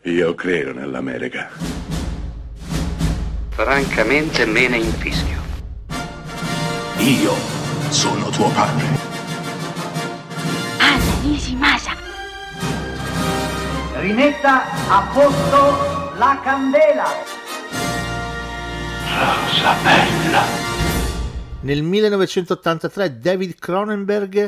Io credo nell'America. Francamente me ne infischio. Io sono tuo padre. Anna Nishimasa. Rimetta a posto la candela. Rosa bella. Nel 1983 David Cronenberg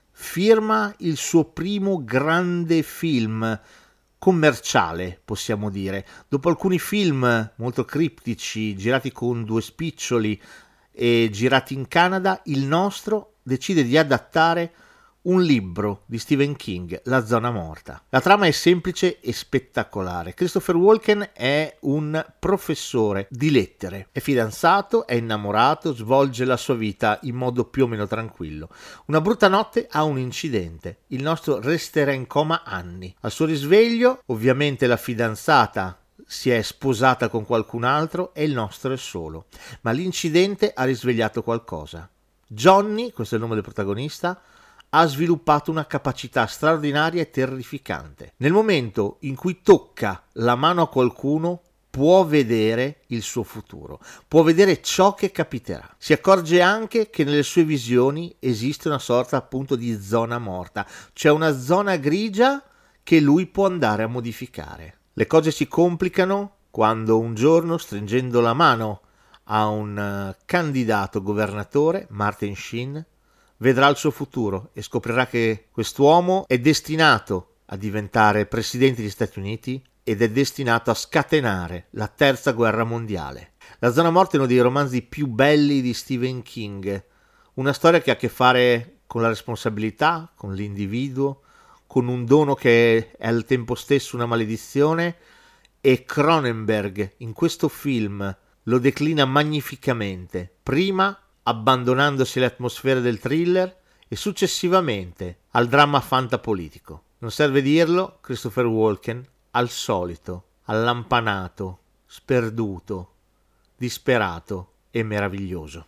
firma il suo primo grande film commerciale, possiamo dire. Dopo alcuni film molto criptici, girati con due spiccioli e girati in Canada, il nostro decide di adattare un libro di Stephen King, La zona morta. La trama è semplice e spettacolare. Christopher Walken è un professore di lettere, è fidanzato, è innamorato, svolge la sua vita in modo più o meno tranquillo. Una brutta notte ha un incidente. Il nostro resterà in coma anni. Al suo risveglio, ovviamente la fidanzata si è sposata con qualcun altro e il nostro è solo. Ma l'incidente ha risvegliato qualcosa. Johnny, questo è il nome del protagonista, ha sviluppato una capacità straordinaria e terrificante. Nel momento in cui tocca la mano a qualcuno, può vedere il suo futuro, può vedere ciò che capiterà. Si accorge anche che nelle sue visioni esiste una sorta appunto di zona morta, cioè una zona grigia che lui può andare a modificare. Le cose si complicano quando un giorno, stringendo la mano a un candidato governatore, Martin Sheen, vedrà il suo futuro e scoprirà che quest'uomo è destinato a diventare presidente degli Stati Uniti ed è destinato a scatenare la terza guerra mondiale. La zona morta è uno dei romanzi più belli di Stephen King, una storia che ha a che fare con la responsabilità, con l'individuo, con un dono che è al tempo stesso una maledizione, e Cronenberg in questo film lo declina magnificamente, prima abbandonandosi alle atmosfere del thriller e successivamente al dramma fantapolitico. Non serve dirlo, Christopher Walken, al solito, allampanato, sperduto, disperato e meraviglioso.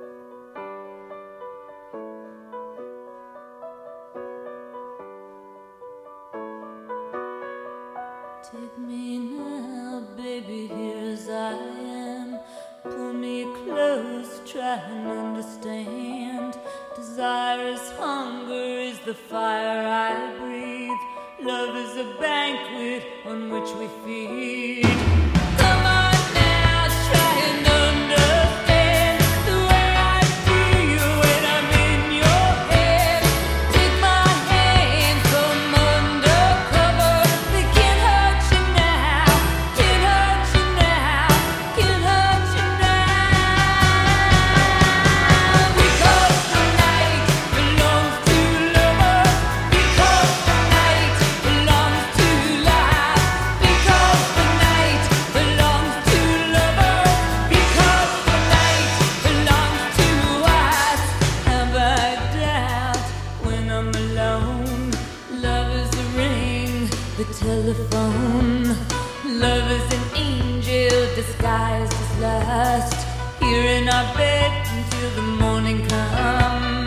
Take me now, baby, here as I am. Pull me close, try and understand. Desire is hunger, is the fire I breathe. Love is a banquet on which we feed. Come on now, try and understand the way I feel when I'm in your head. Take my hand, come undercover. They can't hurt you now, can't hurt you now, can't hurt you now. Because the night belongs to lovers. Because the night belongs to life. Because the night belongs to lovers. Because the night belongs to us. Have I doubt when I'm alone? Love is a ring, the telephone. Love is an angel disguised as lust. Here in our bed until the morning comes.